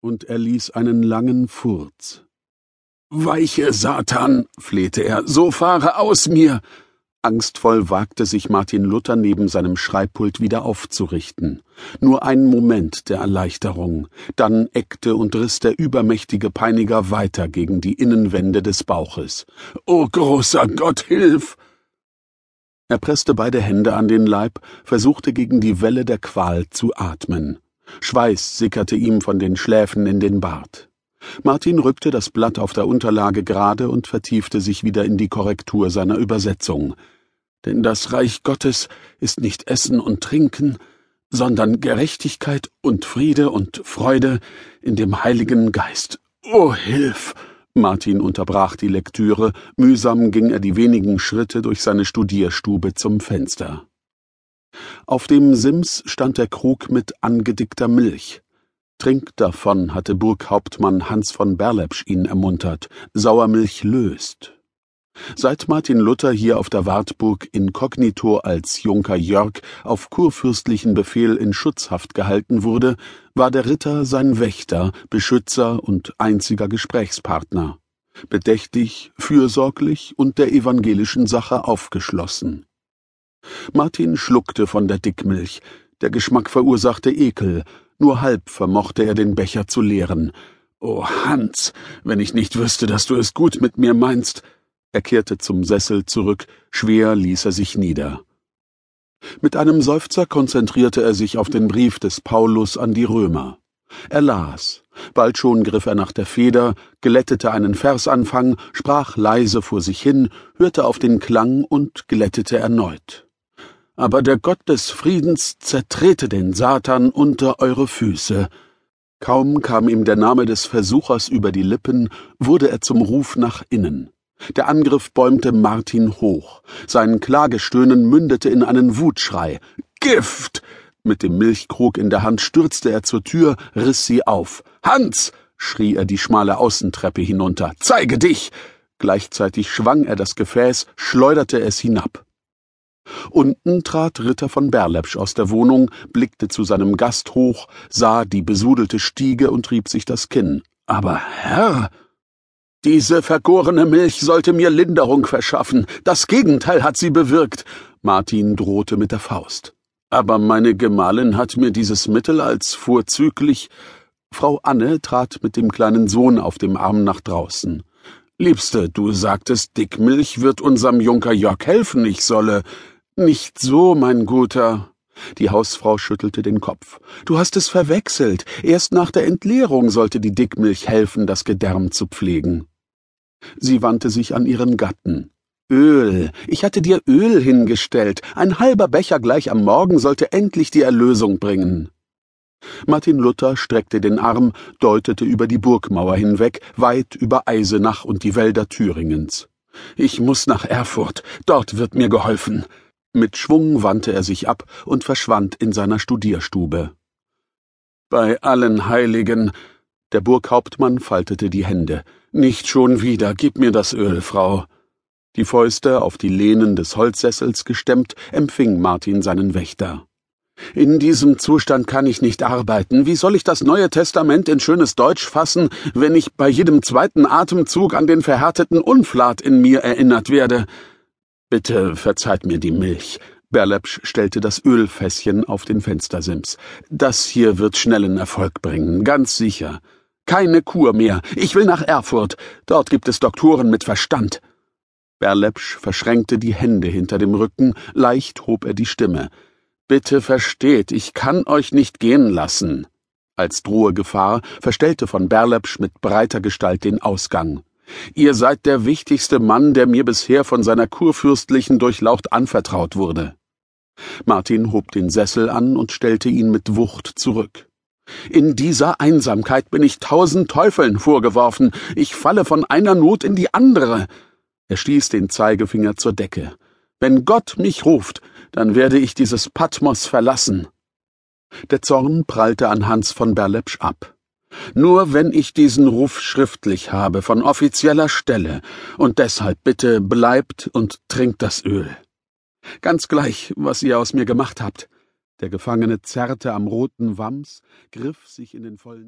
und er ließ einen langen Furz. »Weiche, Satan«, flehte er, »so fahre aus mir!« Angstvoll wagte sich Martin Luther neben seinem Schreibpult wieder aufzurichten. Nur ein Moment der Erleichterung, dann eckte und riss der übermächtige Peiniger weiter gegen die Innenwände des Bauches. »O großer Gott, hilf!« Er presste beide Hände an den Leib, versuchte gegen die Welle der Qual zu atmen. Schweiß sickerte ihm von den Schläfen in den Bart. Martin rückte das Blatt auf der Unterlage gerade und vertiefte sich wieder in die Korrektur seiner Übersetzung. »Denn das Reich Gottes ist nicht Essen und Trinken, sondern Gerechtigkeit und Friede und Freude in dem Heiligen Geist. O Hilf!« Martin unterbrach die Lektüre, mühsam ging er die wenigen Schritte durch seine Studierstube zum Fenster. Auf dem Sims stand der Krug mit angedickter Milch. »Trink davon«, hatte Burghauptmann Hans von Berlepsch ihn ermuntert, »Sauermilch löst.« Seit Martin Luther hier auf der Wartburg inkognito als Junker Jörg auf kurfürstlichen Befehl in Schutzhaft gehalten wurde, war der Ritter sein Wächter, Beschützer und einziger Gesprächspartner. Bedächtig, fürsorglich und der evangelischen Sache aufgeschlossen. Martin schluckte von der Dickmilch. Der Geschmack verursachte Ekel. Nur halb vermochte er den Becher zu leeren. »O Hans, wenn ich nicht wüsste, dass du es gut mit mir meinst!« Er kehrte zum Sessel zurück, schwer ließ er sich nieder. Mit einem Seufzer konzentrierte er sich auf den Brief des Paulus an die Römer. Er las. Bald schon griff er nach der Feder, glättete einen Versanfang, sprach leise vor sich hin, hörte auf den Klang und glättete erneut. »Aber der Gott des Friedens zertrete den Satan unter eure Füße.« Kaum kam ihm der Name des Versuchers über die Lippen, wurde er zum Ruf nach innen. Der Angriff bäumte Martin hoch. Sein Klagestöhnen mündete in einen Wutschrei. »Gift!« Mit dem Milchkrug in der Hand stürzte er zur Tür, riss sie auf. »Hans!« schrie er die schmale Außentreppe hinunter. »Zeige dich!« Gleichzeitig schwang er das Gefäß, schleuderte es hinab. Unten trat Ritter von Berlepsch aus der Wohnung, blickte zu seinem Gast hoch, sah die besudelte Stiege und rieb sich das Kinn. »Aber Herr!« »Diese vergorene Milch sollte mir Linderung verschaffen. Das Gegenteil hat sie bewirkt.« Martin drohte mit der Faust. »Aber meine Gemahlin hat mir dieses Mittel als vorzüglich...« Frau Anne trat mit dem kleinen Sohn auf dem Arm nach draußen. »Liebste, du sagtest, Dickmilch wird unserem Junker Jörg helfen, ich solle...« »Nicht so, mein Guter.« Die Hausfrau schüttelte den Kopf. »Du hast es verwechselt. Erst nach der Entleerung sollte die Dickmilch helfen, das Gedärm zu pflegen.« Sie wandte sich an ihren Gatten. »Öl. Ich hatte dir Öl hingestellt. Ein halber Becher gleich am Morgen sollte endlich die Erlösung bringen.« Martin Luther streckte den Arm, deutete über die Burgmauer hinweg, weit über Eisenach und die Wälder Thüringens. »Ich muss nach Erfurt. Dort wird mir geholfen.« Mit Schwung wandte er sich ab und verschwand in seiner Studierstube. »Bei allen Heiligen!« Der Burghauptmann faltete die Hände. »Nicht schon wieder, gib mir das Öl, Frau!« Die Fäuste auf die Lehnen des Holzsessels gestemmt, empfing Martin seinen Wächter. »In diesem Zustand kann ich nicht arbeiten. Wie soll ich das Neue Testament in schönes Deutsch fassen, wenn ich bei jedem zweiten Atemzug an den verhärteten Unflat in mir erinnert werde? Bitte verzeiht mir die Milch.« Berlepsch stellte das Ölfässchen auf den Fenstersims. »Das hier wird schnellen Erfolg bringen, ganz sicher. Keine Kur mehr. Ich will nach Erfurt. Dort gibt es Doktoren mit Verstand.« Berlepsch verschränkte die Hände hinter dem Rücken, leicht hob er die Stimme. »Bitte versteht, ich kann euch nicht gehen lassen.« Als drohe Gefahr verstellte von Berlepsch mit breiter Gestalt den Ausgang. »Ihr seid der wichtigste Mann, der mir bisher von seiner kurfürstlichen Durchlaucht anvertraut wurde.« Martin hob den Sessel an und stellte ihn mit Wucht zurück. »In dieser Einsamkeit bin ich 1000 Teufeln vorgeworfen. Ich falle von einer Not in die andere.« Er stieß den Zeigefinger zur Decke. »Wenn Gott mich ruft, dann werde ich dieses Patmos verlassen.« Der Zorn prallte an Hans von Berlepsch ab. »Nur wenn ich diesen Ruf schriftlich habe, von offizieller Stelle, und deshalb bitte bleibt und trinkt das Öl. Ganz gleich, was ihr aus mir gemacht habt.« Der Gefangene zerrte am roten Wams, griff sich in den vollen